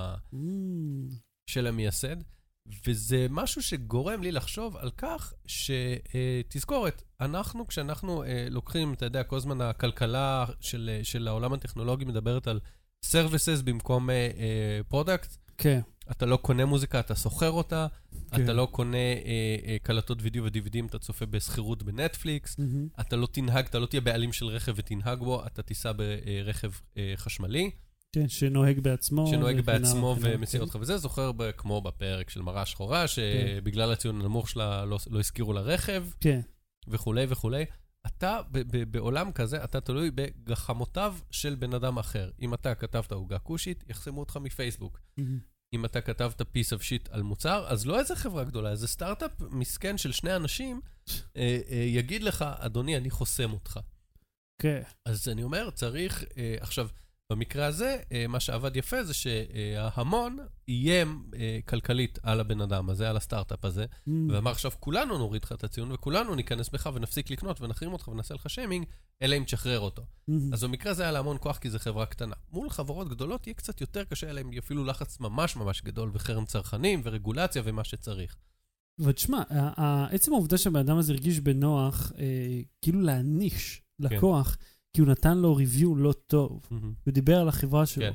של המייסד, וזה משהו שגורם לי לחשוב על כך שתזכורת, כשאנחנו לוקחים, אתה יודע, כל הזמן הכלכלה של העולם הטכנולוגי מדברת על services במקום product, כן. אתה לא קונה מוזיקה, אתה סוחר אותה, אתה לא קונה קלטות וידאו ודיווידים, אתה צופה בסחירות בנטפליקס, אתה לא תנהג, אתה לא תהיה בעלים של רכב ותנהג בו, אתה תיסע ברכב חשמלי. כן, שנוהג בעצמו. שנוהג בעצמו ומסיע אותך וזה, זוכר כמו בפרק של מראה שחורה, שבגלל הציון הנמוך שלה לא הזכירו לרכב, וכולי וכולי. אתה, בעולם כזה, אתה תלוי בגחמותיו של בן אדם אחר. אם אתה כתבת עוגה קושית, יחסמו אותך מפייסבוק. אם אתה כתבת piece of shit על מוצר, אז לא איזה חברה גדולה, איזה סטארט-אפ מסכן של שני אנשים, יגיד לך, אדוני, אני חוסם אותך. כן. אז אני אומר, צריך, עכשיו, במקרה הזה, מה שעבד יפה זה שההמון איים כלכלית על הבן אדם הזה, על הסטארט-אפ הזה, ואמר עכשיו, כולנו נוריד לך את הציון, וכולנו ניכנס בך ונפסיק לקנות ונחרים אותך ונעשה לך שיימינג, אלא אם תשחרר אותו. אז במקרה זה היה להמון כוח, כי זה חברה קטנה. מול חברות גדולות יהיה קצת יותר קשה, אלא אם אפילו לחץ ממש ממש גדול, וחרם צרכנים ורגולציה ומה שצריך. ותשמע, עצם העובדה שהבן הזה הרגיש בנוח, כאילו להניש לקוח, כי הוא נתן לו ריוויו לא טוב, הוא דיבר על החברה שלו.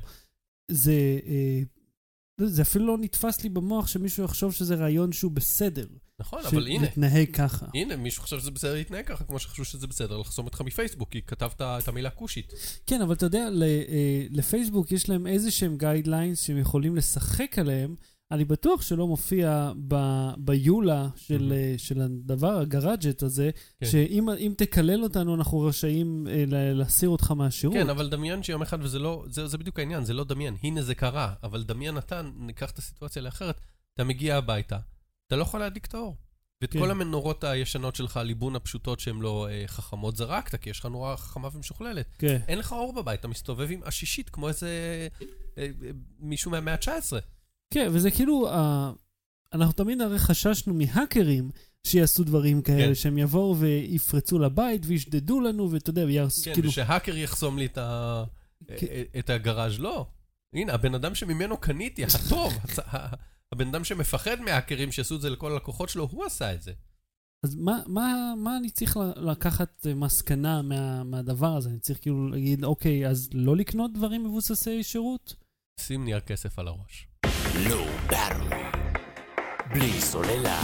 זה אפילו לא נתפס לי במוח שמישהו יחשוב שזה רעיון שהוא בסדר. נכון, אבל הנה. שנתנהג ככה. הנה, מישהו חושב שזה בסדר להתנהג ככה, כמו שחשוב שזה בסדר לחסום אותך מפייסבוק, כי כתבת את המילה כושית. כן, אבל אתה יודע, לפייסבוק יש להם איזה שהם גיידליינס שהם יכולים לשחק עליהם. אני בטוח שלא מופיע ביולה של הדבר, הגראג'ט הזה, שאם תקלל אותנו, אנחנו רשאים להסיר אותך מהשירות. כן, אבל דמיין שיום אחד, וזה בדיוק העניין, זה לא דמיין, הנה זה קרה, אבל דמיין נתן, ניקח את הסיטואציה לאחרת, אתה מגיע הביתה, אתה לא יכול להדליק את האור. ואת כל המנורות הישנות שלך, ליבון הפשוטות שהן לא חכמות, זרקת, כי יש לך נורה חכמה ומשוכללת. אין לך אור בבית, אתה מסתובב עם השישית, כמו איזה מישהו מהמאה ה-19. כן, וזה כאילו, אנחנו תמיד הרי חששנו מהאקרים שיעשו דברים כאלה, שהם יבואו ויפרצו לבית וישדדו לנו, ואתה יודע, כן, ושהאקר יחסום לי את הגראז' לא. הנה, הבן אדם שממנו קניתי, הטוב, הבן אדם שמפחד מהאקרים שעשו את זה לכל הלקוחות שלו, הוא עשה את זה. אז מה אני צריך לקחת מסקנה מהדבר הזה? אני צריך כאילו להגיד, אוקיי, אז לא לקנות דברים מבוססי שירות? שים נייר כסף על הראש. לא ברור. בלי סוללה.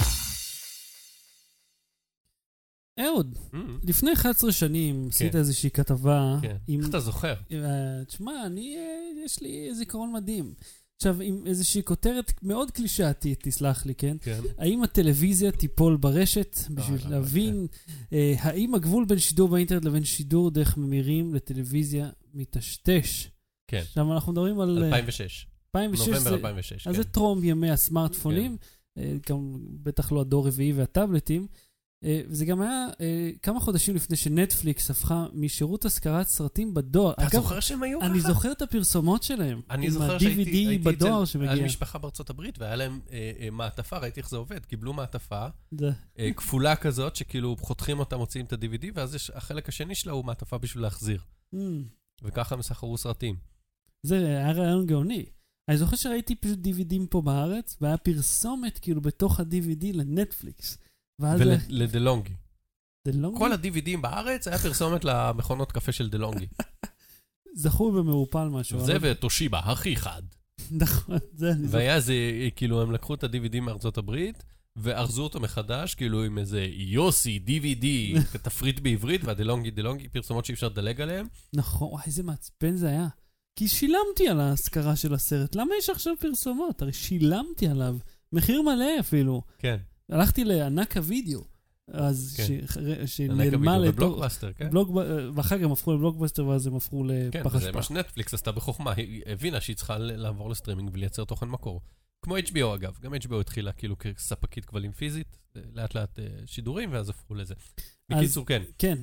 אהוד, לפני 11 שנים עשית איזושהי כתבה. איך אתה זוכר? תשמע, יש לי זיכרון מדהים. עכשיו, עם איזושהי כותרת מאוד קלישאתית, תסלח לי, כן? האם הטלוויזיה תיפול ברשת בשביל להבין האם הגבול בין שידור באינטרנט לבין שידור דרך ממירים לטלוויזיה מתשתש? כן. עכשיו אנחנו מדברים על 2006. נובמבר 2006. אז זה טרום ימי הסמארטפונים, גם בטח לא הדור רביעי והטאבלטים, וזה גם היה כמה חודשים לפני שנטפליקס הפכה משירות השכרת סרטים בדואר. אתה זוכר שהם היו ככה? אני זוכר את הפרסומות שלהם. אני זוכר שהייתי על משפחה בארצות הברית, והיה להם מעטפה, ראיתי איך זה עובד, קיבלו מעטפה, כפולה כזאת, שכאילו חותכים אותה, מוציאים את ה-DVD, ואז החלק השני שלה הוא מעטפה בשביל להחזיר. וככה הם סחרו סרטים. זה היה רעיון גאוני. אני זוכר שראיתי פשוט DVDים פה בארץ, והיה פרסומת כאילו בתוך ה-DVD לנטפליקס. ולדלונגי. דלונגי? כל ה-DVDים בארץ היה פרסומת למכונות קפה של דלונגי. זכו במעופל משהו. זה וטושיבה, הכי חד. נכון, זה אני זוכר. והיה זה, כאילו, הם לקחו את ה-DVD מארצות הברית, וארזו אותו מחדש, כאילו עם איזה יוסי, DVD, תפריט בעברית, והדלונגי, פרסומות שאי אפשר לדלג עליהם. נכון, וואי, איזה מעצבן זה היה. כי שילמתי על ההשכרה של הסרט. למה יש עכשיו פרסומות? הרי שילמתי עליו. מחיר מלא אפילו. כן. הלכתי לענק הוידאו. אז שנעלמה לבלוקבאסטר, כן? ואחר כך הם הפכו לבלוקבאסטר, ואז הם הפכו לפח אשפה. כן, זה מה שנטפליקס עשתה בחוכמה. היא הבינה שהיא צריכה לעבור לסטרימינג ולייצר תוכן מקור. כמו HBO אגב. גם HBO התחילה כאילו כספקית כבלים פיזית, לאט לאט שידורים, ואז הפכו לזה. בקיצור, כן. כן,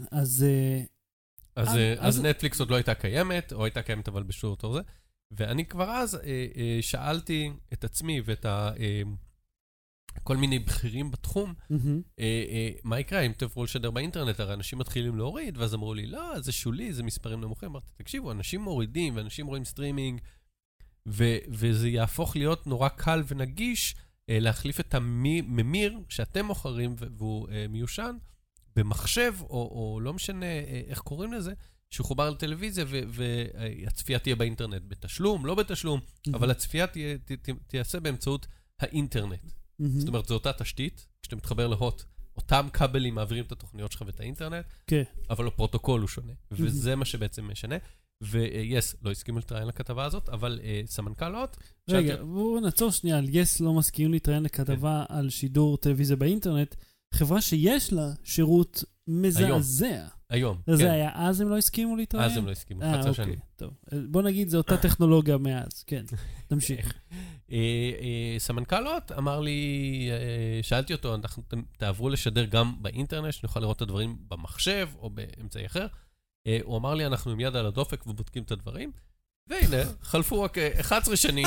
אז נטפליקס עוד לא הייתה קיימת, או הייתה קיימת אבל בשיעור אותו זה, ואני כבר אז שאלתי את עצמי ואת כל מיני בכירים בתחום, מה יקרה אם תעברו לשדר באינטרנט, הרי אנשים מתחילים להוריד, ואז אמרו לי, לא, זה שולי, זה מספרים נמוכים, אמרתי, תקשיבו, אנשים מורידים, ואנשים רואים סטרימינג, וזה יהפוך להיות נורא קל ונגיש, להחליף את הממיר שאתם מוכרים, והוא מיושן, במחשב, או לא משנה איך קוראים לזה, שהוא חובר לטלוויזיה, והצפייה תהיה באינטרנט בתשלום, לא בתשלום, אבל הצפייה תיעשה באמצעות האינטרנט. זאת אומרת, זו אותה תשתית, כשאתה מתחבר להוט, אותם כבלים מעבירים את התוכניות שלך ואת האינטרנט, אבל הפרוטוקול הוא שונה, וזה מה שבעצם משנה. ויס, לא הסכימו להתראיין לכתבה הזאת, אבל סמנכ"ל הוט... רגע, בואו נעצור שנייה, על יס לא מסכימים להתראיין לכתבה על שידור טלוויזיה באינטרנט, חברה שיש לה שירות מזעזע. היום, כן. זה היה, אז הם לא הסכימו להתראיין? אז הם לא הסכימו, חצי שנים. טוב, בוא נגיד, זו אותה טכנולוגיה מאז, כן, תמשיך. סמנכ"ל הוט אמר לי, שאלתי אותו, תעברו לשדר גם באינטרנט, שנוכל לראות את הדברים במחשב או באמצעי אחר. הוא אמר לי, אנחנו עם יד על הדופק ובודקים את הדברים, והנה, חלפו רק 11 שנים.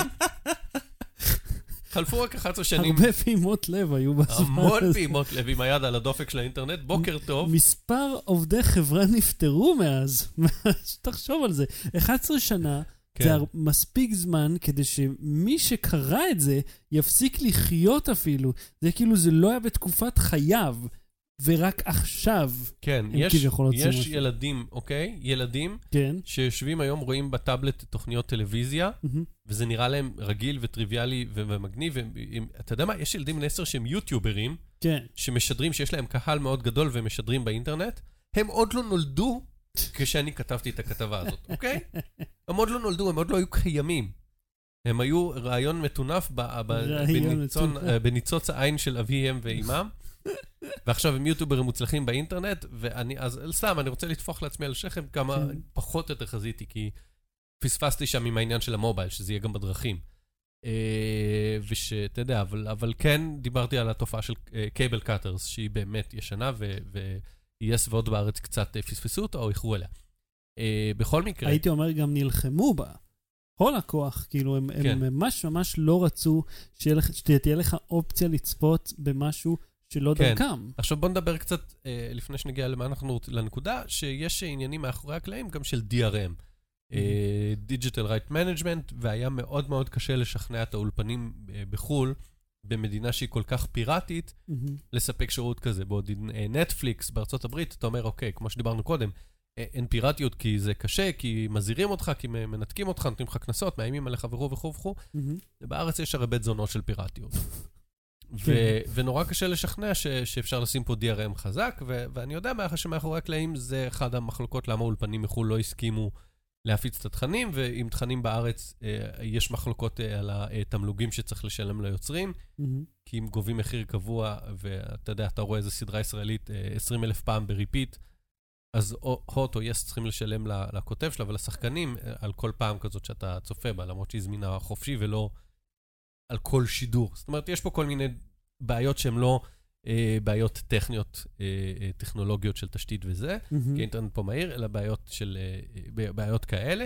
חלפו רק 11 שנים. הרבה פעימות לב היו בזמן הזה. המון פעימות לב עם היד על הדופק של האינטרנט, בוקר טוב. מספר עובדי חברה נפטרו מאז. תחשוב על זה. 11 שנה, זה מספיק זמן כדי שמי שקרא את זה יפסיק לחיות אפילו. זה כאילו, זה לא היה בתקופת חייו. ורק עכשיו כן, יש ילדים, אוקיי? ילדים שיושבים היום, רואים בטאבלט תוכניות טלוויזיה, וזה נראה להם רגיל וטריוויאלי ומגניב. אתה יודע מה? יש ילדים בני 10 שהם יוטיוברים, שמשדרים, שיש להם קהל מאוד גדול ומשדרים באינטרנט. הם עוד לא נולדו כשאני כתבתי את הכתבה הזאת, אוקיי? הם עוד לא נולדו, הם עוד לא היו קיימים. הם היו רעיון מטונף בניצוץ העין של אביהם ואימם, ועכשיו הם יוטיוברים מוצלחים באינטרנט, אז סתם, אני רוצה לתפוח לעצמי על שכם כמה פחות יותר חזיתי, כי פספסתי שם עם העניין של המובייל, שזה יהיה גם בדרכים. ושאתה יודע, אבל כן דיברתי על התופעה של קייבל קאטרס, שהיא באמת ישנה, ויש ועוד בארץ קצת פספסו אותה, או איחרו אליה. בכל מקרה... הייתי אומר גם נלחמו בה. כל הכוח, כאילו, הם ממש ממש לא רצו שתהיה לך אופציה לצפות במשהו שלא דרכם. עכשיו בוא נדבר קצת, לפני שנגיע לנקודה, שיש עניינים מאחורי הקלעים גם של DRM, Digital Right Management, והיה מאוד מאוד קשה לשכנע את האולפנים בחול, במדינה שהיא כל כך פיראטית, לספק שירות כזה. בעוד נטפליקס בארצות הברית, אתה אומר, אוקיי, כמו שדיברנו קודם, אין פיראטיות כי זה קשה, כי מזהירים אותך, כי מנתקים אותך, נותנים לך כנסות, מאיימים עליך וכו'. בארץ יש הרבה זונות של פיראטיות. ונורא קשה לשכנע שאפשר לשים פה DRM חזק, ואני יודע שמאחורי הקלעים זה אחד המחלוקות למה אולפנים מחול לא הסכימו להפיץ את התכנים, ועם תכנים בארץ יש מחלוקות על התמלוגים שצריך לשלם ליוצרים, כי אם גובים מחיר קבוע, ואתה יודע, אתה רואה איזו סדרה ישראלית 20,000 פעם בריפיט, אז הוט או יס צריכים לשלם לכותב שלה ולשחקנים על כל פעם כזאת שאתה צופה בה, למרות שהיא זמינה חופשי ולא על כל שידור. זאת אומרת, יש פה כל מיני בעיות שהן לא בעיות טכניות, טכנולוגיות של תשתית וזה, כי האינטרנט פה מהיר, אלא בעיות כאלה,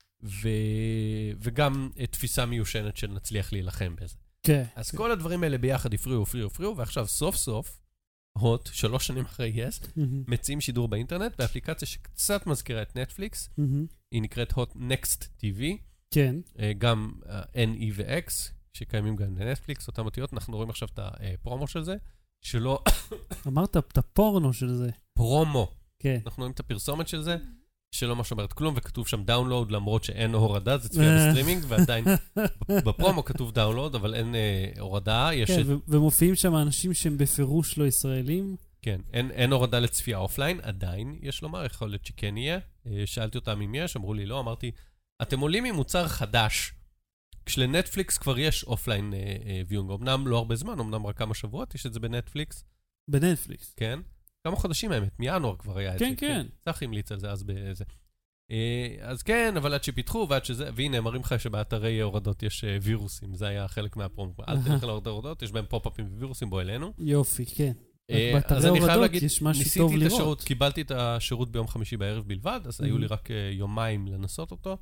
וגם תפיסה מיושנת שנצליח להילחם בזה. אז כל הדברים האלה ביחד הפריעו, ועכשיו סוף סוף, הוט, 3 שנים אחרי יס, מציעים שידור באינטרנט, באפליקציה שקצת מזכירה את נטפליקס, היא נקראת הוט נקסט TV, גם NE ו-X, שקיימים גם לנטפליקס, אותם אותיות, אנחנו רואים עכשיו את הפרומו של זה, שלא... אמרת את הפורנו של זה. פרומו. אנחנו רואים את הפרסומת של זה, שלא ממש אומרת כלום, וכתוב שם דאונלוד, למרות שאין הורדה, זה צפייה בסטרימינג, ועדיין בפרומו כתוב דאונלוד, אבל אין הורדה. כן, ומופיעים שם אנשים שהם בפירוש לא ישראלים. כן, אין הורדה לצפייה אופליין, עדיין יש לומר, יכול להיות שכן יהיה. שאלתי אותם אם יש, אמרו לי לא, אמרתי, אתם עולים ממוצר חדש, כשלנטפליקס כבר יש אופליין ויונג, אמנם לא הרבה זמן, אמנם רק כמה שבועות, יש את זה בנטפליקס. בנטפליקס? כן. כמה חודשים האמת, מינואר כבר היה את זה. כן. צריך המליץ על זה אז באיזה. אז כן, אבל עד שפיתחו ועד שזה, והנה, מראים לך שבאתרי הורדות יש וירוסים, זה היה חלק מהפרומו. אל תלך להורדות, יש בהם פופ-אפים ווירוסים, בוא אלינו. יופי, כן. אז אני חייב להגיד, ניסיתי את השירות, קיבלתי את השירות ביום חמישי בערב בלבד, אז היו לי רק יומיים לנסות אותו,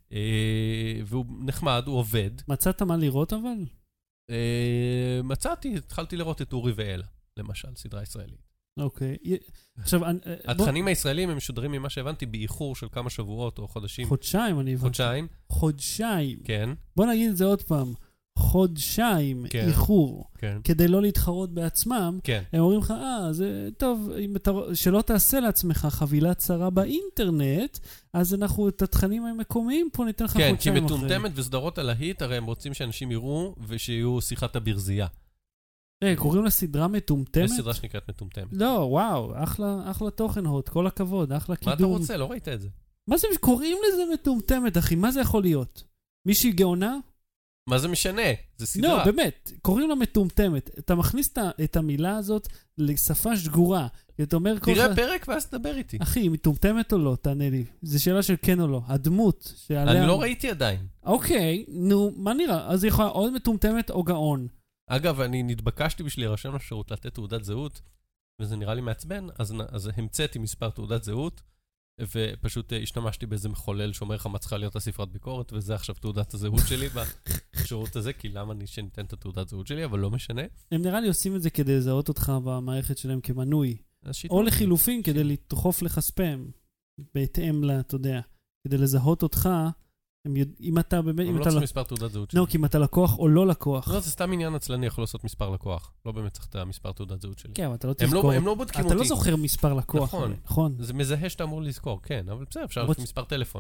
והוא נחמד, הוא עובד. מצאת מה לראות אבל? מצאתי, התחלתי לראות את אורי ואלה, למשל, סדרה ישראלית. אוקיי. עכשיו, התכנים הישראלים הם משודרים ממה שהבנתי באיחור של כמה שבועות או חודשים. חודשיים, אני הבנתי. חודשיים. כן. בוא נגיד את זה עוד פעם. חודשיים איחור, כדי לא להתחרות בעצמם, הם אומרים לך, זה טוב, שלא תעשה לעצמך חבילה צרה באינטרנט, אז אנחנו את התכנים המקומיים פה ניתן לך חודשיים אחרי. כן, כי מטומטמת וסדרות על ההיט, הרי הם רוצים שאנשים יראו ושיהיו שיחת הברזייה. קוראים לסדרה מטומטמת? יש סדרה שנקראת מטומטמת. לא, וואו, אחלה תוכן הוט, כל הכבוד, אחלה קידום. מה אתה רוצה? לא ראית את זה. מה זה, קוראים לזה מטומטמת, אחי? מה זה יכול להיות? מישהי גאונה? מה זה משנה? זה סדרה. לא, באמת, קוראים לה מטומטמת. אתה מכניס את המילה הזאת לשפה שגורה. אתה אומר... תראה פרק ואז תדבר איתי. אחי, היא מטומטמת או לא? תענה לי. זו שאלה של כן או לא. הדמות שעליה... אני לא ראיתי עדיין. אוקיי, נו, מה נראה? אז היא יכולה עוד מטומטמת או גאון. אגב, אני נתבקשתי בשביל להירשם לשירות לתת תעודת זהות, וזה נראה לי מעצבן, אז המצאתי מספר תעודת זהות, ופשוט השתמשתי באיזה מחולל שאומר לך מה צריכה להיות הספרת ביקורת, וזה עכשיו תעודת הזהות שלי בשירות הזה, כי למה אני שניתן את התעודת זהות שלי, אבל לא משנה. הם נראה לי עושים את זה כדי לזהות אותך במערכת שלהם כמנוי, או לחילופין כדי לדחוף לך ספאם, בהתאם אתה יודע, כדי לזהות אותך, אם אתה באמת... הם לא צריכים מספר תעודת זהות שלי. לא, כי אם אתה לקוח או לא לקוח. לא, זה סתם עניין עצלני, יכול לעשות מספר לקוח. לא באמת צריך את המספר תעודת זהות שלי. כן, אבל אתה לא תזכור. הם לא בודקים אותי. אתה לא זוכר מספר לקוח. נכון. זה מזהה שאתה אמור לזכור, כן, אבל בסדר, אפשר לעשות מספר טלפון.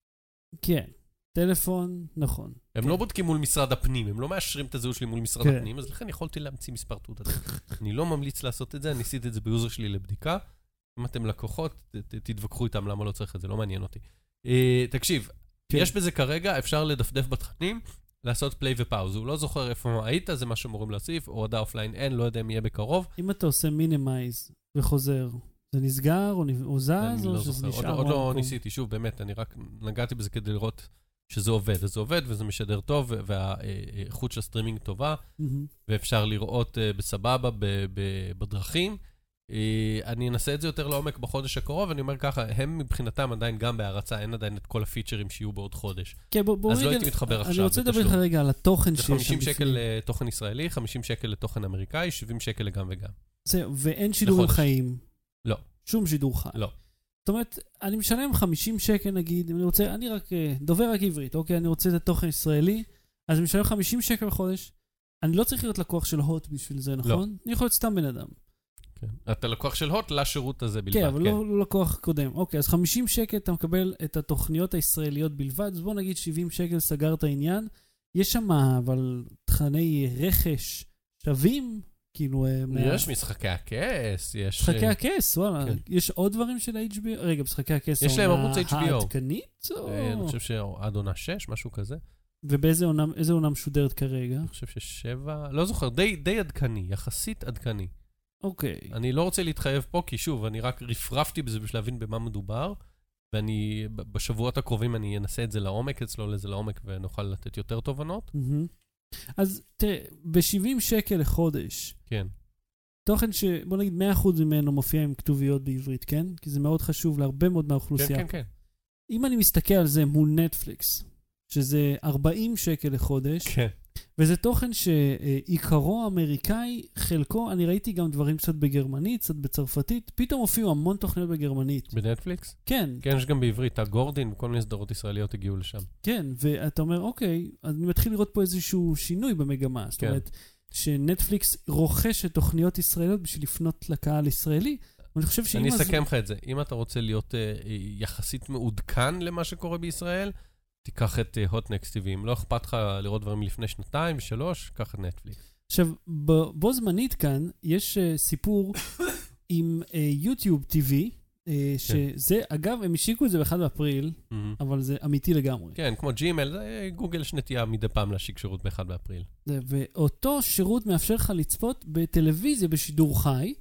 כן. טלפון, נכון. הם לא בודקים מול משרד הפנים, הם לא מאשרים את הזהות שלי מול משרד הפנים, אז לכן יכולתי להמציא מספר תעודת. אני לא ממליץ לעשות את זה, אני עשיתי את זה ביוזר שלי לבדיקה. אם אתם לקוחות, תתווכחו איתם למה לא צריך את זה, לא מעניין אותי. תקשיב, יש בזה כרגע, אפשר לדפדף בתכנים, לעשות פליי ופאוז. הוא לא זוכר איפה היית, זה מה שאמורים להוסיף, הורדה אופליין אין, לא יודע אם יהיה בקרוב. אם אתה עושה מינימייז וחוזר, זה נסגר או זז, או שזה נשאר? עוד לא ניסיתי, שוב, באמת, אני רק נגעתי בזה כדי לראות שזה עובד. אז זה עובד וזה משדר טוב, והאיכות של הסטרימינג טובה, ואפשר לראות בסבבה בדרכים. אני אנסה את זה יותר לעומק בחודש הקרוב, אני אומר ככה, הם מבחינתם עדיין גם בהרצה, אין עדיין את כל הפיצ'רים שיהיו בעוד חודש. אז לא הייתי מתחבר עכשיו. אני רוצה לדבר לך רגע על התוכן שיש שם. 50 שקל לתוכן ישראלי, 50 שקל לתוכן אמריקאי, 70 שקל לגם וגם. זהו, ואין שידורים חיים. לא. שום שידור חי. לא. זאת אומרת, אני משלם 50 שקל נגיד, אני רק דובר רק עברית, אוקיי, אני רוצה את התוכן ישראלי, אז אני משלם 50 שקל בחודש, אני לא צריך להיות לקוח של הוט בשביל זה, נכון? לא. אני יכול להיות סתם בן אדם. אתה לקוח של הוט לשירות הזה בלבד. כן, אבל לא לקוח קודם. אוקיי, אז 50 שקל אתה מקבל את התוכניות הישראליות בלבד, אז בוא נגיד 70 שקל סגר את העניין. יש שם אבל תכני רכש שווים, כאילו... יש משחקי הכס, יש... משחקי הכס, וואלה. יש עוד דברים של HBO? רגע, משחקי הכס... יש להם ערוץ HBO. העדכנית? אני חושב שעד עונה 6, משהו כזה. ובאיזה עונה משודרת כרגע? אני חושב ש7, לא זוכר, די עדכני, יחסית עדכני. אוקיי. אני לא רוצה להתחייב פה, כי שוב, אני רק רפרפתי בזה בשביל להבין במה מדובר, ואני, בשבועות הקרובים אני אנסה את זה לעומק, אצלו לזה לעומק, ונוכל לתת יותר תובנות. אז תראה, ב-70 שקל לחודש, כן. תוכן שבוא נגיד 100% ממנו מופיע עם כתוביות בעברית, כן? כי זה מאוד חשוב להרבה מאוד מהאוכלוסייה. כן, כן, כן. אם אני מסתכל על זה מול נטפליקס, שזה 40 שקל לחודש, כן. וזה תוכן שעיקרו אמריקאי, חלקו, אני ראיתי גם דברים קצת בגרמנית, קצת בצרפתית, פתאום הופיעו המון תוכניות בגרמנית. בנטפליקס? כן. כן, יש גם בעברית, הגורדין וכל מיני סדרות ישראליות הגיעו לשם. כן, ואתה אומר, אוקיי, אז אני מתחיל לראות פה איזשהו שינוי במגמה. זאת אומרת, שנטפליקס רוכש את תוכניות ישראליות בשביל לפנות לקהל ישראלי, ואני חושב שאם... אני אסכם לך את זה. אם אתה רוצה להיות יחסית מעודכן למה שקורה בישראל, תיקח את Hot Next TV. אם לא אכפת לך לראות דברים לפני 2, 3, קח את נטפליקס. עכשיו, בו זמנית כאן, יש סיפור עם יוטיוב TV, שזה, אגב, הם השיקו את זה ב1 באפריל, אבל זה אמיתי לגמרי. כן, כמו ג'ימל, גוגל יש נטייה מדי פעם להשיק שירות ב1 באפריל. ואותו שירות מאפשר לך לצפות בטלוויזיה בשידור חי,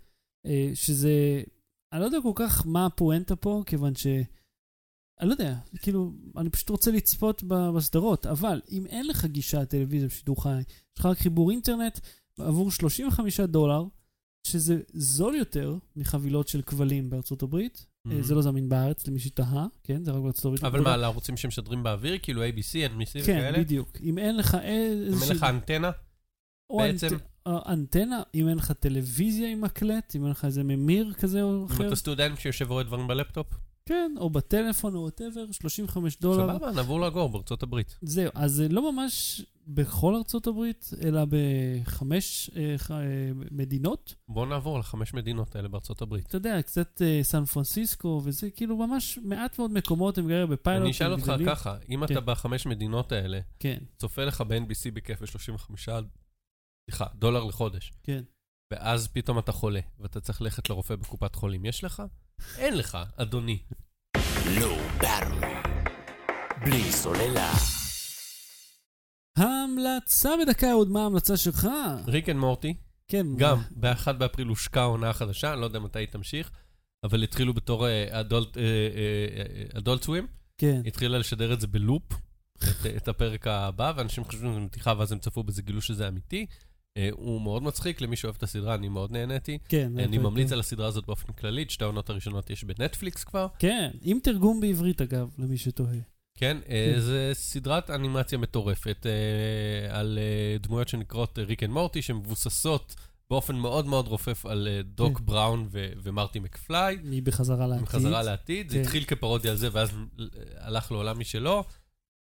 שזה, אני לא יודע כל כך מה הפואנטה פה, כיוון ש... אני לא יודע, כאילו, אני פשוט רוצה לצפות בסדרות, אבל אם אין לך גישה טלוויזיה בשידור חי, יש לך רק חיבור אינטרנט עבור $35, שזה זול יותר מחבילות של כבלים בארצות הברית. זה לא זמין בארץ, למי שתהה, כן? זה רק בארצות הברית. אבל מה, לערוצים שמשדרים באוויר, כאילו ABC, NBC וכאלה? כן, בדיוק. אם אין לך אם אין לך אנטנה, בעצם? אנטנה, אם אין לך טלוויזיה עם מקלט, אם אין לך איזה ממיר כזה או אחר. אם אתה סטודנט שיושב ורואה דברים בלפטופ? כן, או בטלפון או whatever, $35. סבבה, נעבור לגור בארצות הברית. זהו, אז זה לא ממש בכל ארצות הברית, אלא ב5 מדינות. בוא נעבור ל5 מדינות האלה בארצות הברית. אתה יודע, קצת סן פרנסיסקו, וזה כאילו ממש מעט מאוד מקומות, הם גרים בפיילוט. אני אשאל אותך ככה, אם אתה ב5 מדינות האלה, צופה לך ב-NBC בכיף $35 לחודש. כן. ואז פתאום אתה חולה, ואתה צריך ללכת לרופא בקופת חולים. יש לך? אין לך, אדוני. לא ברור. בלי סוללה. ההמלצה בדקה, עוד מה ההמלצה שלך? ריק אנד מורטי. כן. גם, ב1 באפריל הושקה עונה חדשה, אני לא יודע מתי היא תמשיך, אבל התחילו בתור אדולט סווים. כן. התחילה לשדר את זה בלופ, את הפרק הבא, ואנשים חושבים שזה מתיחה, ואז הם צפו בזה, גילו שזה אמיתי. הוא מאוד מצחיק, למי שאוהב את הסדרה, אני מאוד נהניתי. כן. אני ממליץ על הסדרה הזאת באופן כללי, 2 העונות הראשונות יש בנטפליקס כבר. כן, עם תרגום בעברית אגב, למי שתוהה. כן, זה סדרת אנימציה מטורפת על דמויות שנקראות ריק אנד מורטי, שמבוססות באופן מאוד מאוד רופף על דוק בראון ומרטי מקפליי. בחזרה לעתיד. בחזרה לעתיד. זה התחיל כפרודיה על זה, ואז הלך לעולם משלו.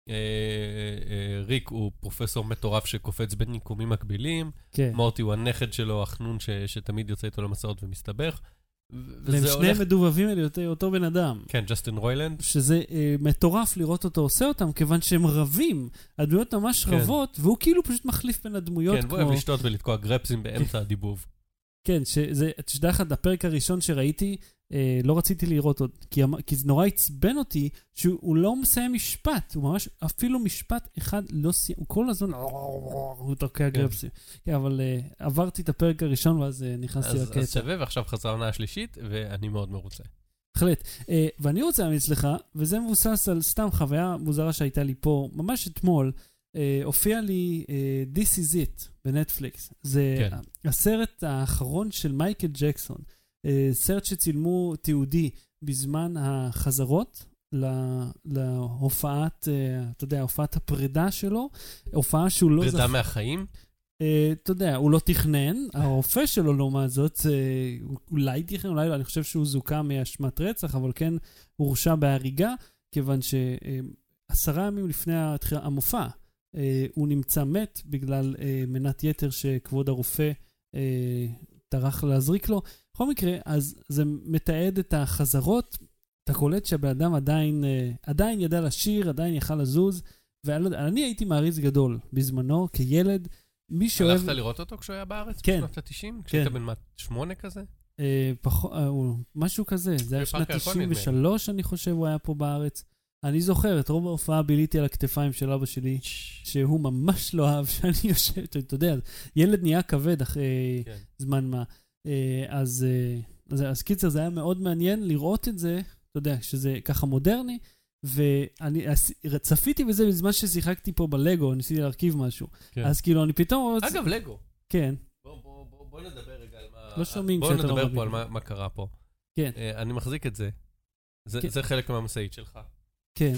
ריק הוא פרופסור מטורף שקופץ בין יקומים מקבילים. כן. מורטי הוא הנכד שלו, החנון שתמיד יוצא איתו למסעות ומסתבך. והם שני מדובבים אלה אותו בן אדם. כן, ג'סטין רוילנד. שזה מטורף לראות אותו עושה אותם, כיוון שהם רבים, הדמויות ממש רבות, והוא כאילו פשוט מחליף בין הדמויות. כן, והוא אוהב לשתות ולתקוע גרפסים באמצע הדיבוב. כן, שתדע לך, הפרק הראשון שראיתי, לא רציתי לראות עוד, כי זה נורא עצבן אותי, שהוא לא מסיים משפט, הוא ממש, אפילו משפט אחד לא סיים, הוא כל הזמן, הוא תוקע גרפסים. כן, אבל עברתי את הפרק הראשון, ואז נכנסתי לקטע. אז שווה, ועכשיו חזרה העונה השלישית, ואני מאוד מרוצה. בהחלט. ואני רוצה להמליץ לך, וזה מבוסס על סתם חוויה מוזרה שהייתה לי פה, ממש אתמול, הופיע לי This is it בנטפליקס. זה הסרט האחרון של מייקל ג'קסון. סרט שצילמו תיעודי בזמן החזרות להופעת, אתה יודע, הופעת הפרידה שלו, הופעה שהוא לא... פרידה מהחיים? אתה יודע, הוא לא תכנן, הרופא שלו לעומת זאת, אולי תכנן, אולי לא, אני חושב שהוא זוכה מאשמת רצח, אבל כן הורשע בהריגה, כיוון ש10 ימים לפני המופע, הוא נמצא מת בגלל מנת יתר שכבוד הרופא טרח להזריק לו. בכל מקרה, אז זה מתעד את החזרות, אתה קולט שהבן אדם עדיין ידע לשיר, עדיין יכל לזוז, ואני הייתי מעריץ גדול בזמנו, כילד, מי שאוהב... הלכת לראות אותו כשהוא היה בארץ? כן. בשנות ה-90? כשהיית בן 8 כזה? משהו כזה, זה היה שנת 93, אני חושב, הוא היה פה בארץ. אני זוכר, את רוב ההופעה ביליתי על הכתפיים של אבא שלי, שהוא ממש לא אהב שאני יושב, אתה יודע, ילד נהיה כבד אחרי זמן מה. אז קיצר, זה היה מאוד מעניין לראות את זה, אתה יודע, שזה ככה מודרני, ואני צפיתי בזה בזמן ששיחקתי פה בלגו, ניסיתי להרכיב משהו. אז כאילו, אני פתאום... אגב, לגו. כן. בוא נדבר רגע על מה... לא שומעים בוא נדבר פה על מה קרה פה. כן. אני מחזיק את זה. זה חלק מהמסעית שלך. כן.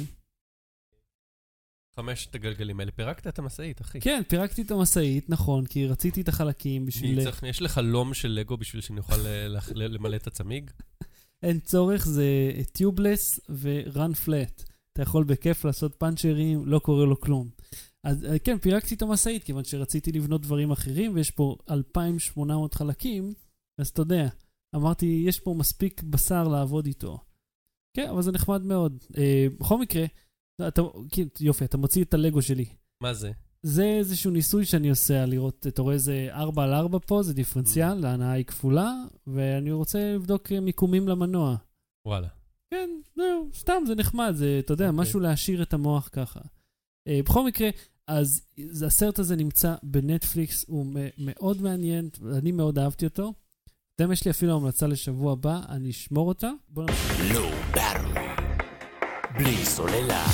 5 הגלגלים האלה. פירקת את המסעית, אחי. כן, פירקתי את המסעית, נכון, כי רציתי את החלקים בשביל... יש לך חלום של לגו בשביל שאני אוכל למלא את הצמיג? אין צורך, זה טיובלס ורן פלט. אתה יכול בכיף לעשות פאנצ'רים, לא קורה לו כלום. אז כן, פירקתי את המסעית, כיוון שרציתי לבנות דברים אחרים, ויש פה 2,800 חלקים, אז אתה יודע, אמרתי, יש פה מספיק בשר לעבוד איתו. כן, אבל זה נחמד מאוד. בכל מקרה, יופי, אתה מוציא את הלגו שלי. מה זה? זה איזשהו ניסוי שאני עושה, לראות, אתה רואה זה 4x4 פה, זה דיפרנציאל, להנאה היא כפולה, ואני רוצה לבדוק מיקומים למנוע. וואלה. כן, זהו, סתם, זה נחמד, זה, אתה יודע, משהו להשאיר את המוח ככה. בכל מקרה, אז הסרט הזה נמצא בנטפליקס, הוא מאוד מעניין, אני מאוד אהבתי אותו. אתם יש לי אפילו המלצה לשבוע הבא, אני אשמור אותה. בוא נמשיך. לא ברם, בלי סוללה.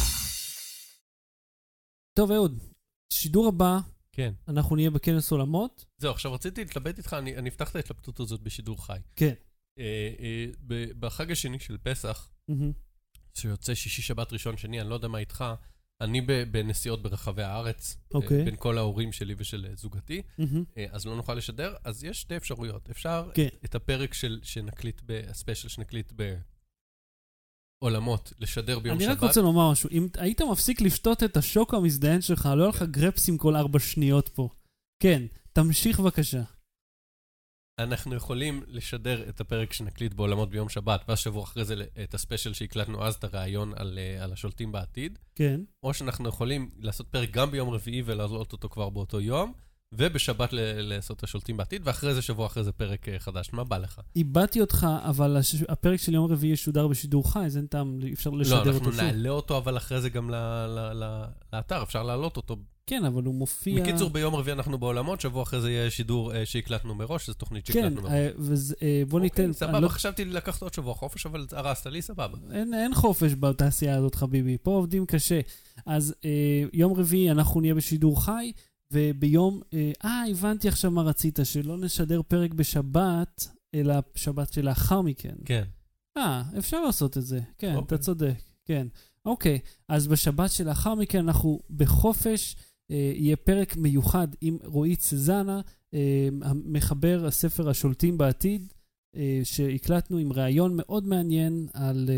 טוב, אהוד, שידור הבא, כן. אנחנו נהיה בכנס עולמות. זהו, עכשיו רציתי להתלבט איתך, אני אפתח את ההתלבטות הזאת בשידור חי. כן. בחג השני של פסח, שיוצא שישי, שבת, ראשון, שני, אני לא יודע מה איתך, אני בנסיעות ברחבי הארץ, בין כל ההורים שלי ושל זוגתי, אז לא נוכל לשדר, אז יש 2 אפשרויות. אפשר את הפרק שנקליט, הספיישל שנקליט בעולמות, לשדר ביום שבת. אני רק רוצה לומר משהו, אם היית מפסיק לפתות את השוק המזדיין שלך, לא היה לך גרפסים כל 4 שניות פה. כן, תמשיך בבקשה. אנחנו יכולים לשדר את הפרק שנקליט בעולמות ביום שבת, ואז שבוע אחרי זה את הספיישל שהקלטנו אז, את הרעיון על השולטים בעתיד. כן. או שאנחנו יכולים לעשות פרק גם ביום רביעי ולעלות אותו כבר באותו יום, ובשבת לעשות את השולטים בעתיד, ואחרי זה שבוע אחרי זה פרק חדש. מה בא לך? איבדתי אותך, אבל הפרק של יום רביעי ישודר בשידור חי, אז אין טעם, אפשר לשדר אותו שוב. לא, אנחנו נעלה אותו, אבל אחרי זה גם לאתר, אפשר להעלות אותו. כן, אבל הוא מופיע... בקיצור, ביום רביעי אנחנו בעולמות, שבוע אחרי זה יהיה שידור שהקלטנו מראש, זו תוכנית שהקלטנו מראש. כן, בוא ניתן... סבבה, חשבתי לקחת עוד שבוע חופש, אבל הרסת לי, סבבה. אין חופש בתעשייה הזאת, חביבי. פה עובדים קשה. אז יום רביעי אנחנו נהיה בשידור חי, וביום... הבנתי עכשיו מה רצית, שלא נשדר פרק בשבת, אלא שבת שלאחר מכן. כן. אפשר לעשות את זה. כן, אתה צודק. כן. אוקיי, אז בשבת שלאחר מכן אנחנו בחופש, יהיה פרק מיוחד עם רועי צזנה, מחבר הספר השולטים בעתיד, שהקלטנו עם ראיון מאוד מעניין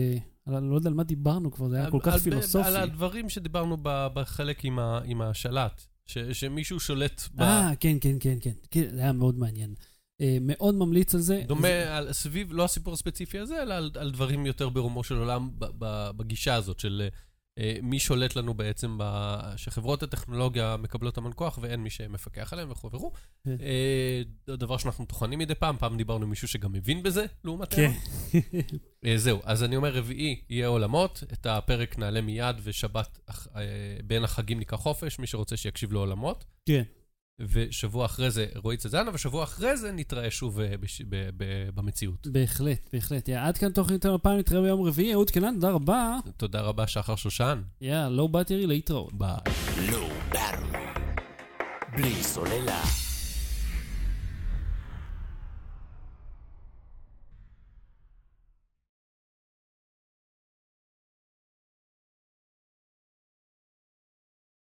לא יודע על מה דיברנו כבר, זה היה כל כך פילוסופי. על הדברים שדיברנו בחלק עם השלט, שמישהו שולט כן, זה היה מאוד מעניין. מאוד ממליץ על זה. דומה סביב, לא הסיפור הספציפי הזה, אלא על דברים יותר ברומו של עולם בגישה הזאת של מי שולט לנו בעצם, שחברות הטכנולוגיה מקבלות המון כוח ואין מי שמפקח עליהם וכו'. דבר שאנחנו תוכנים מדי פעם דיברנו עם מישהו שגם מבין בזה, לעומתנו. זהו, אז אני אומר רביעי יהיה עולמות, את הפרק נעלה מיד ושבת בין החגים ניקח חופש, מי שרוצה שיקשיב לעולמות. כן. ושבוע אחרי זה רועי צזנה, ושבוע אחרי זה נתראה שוב במציאות. בהחלט. עד כאן תוכנית הפעם, נתראה ביום רביעי. אהוד קלן, תודה רבה. תודה רבה, שחר שושן. לואו באטרי, להתראות. ביי. לואו באטרי. בלי סוללה.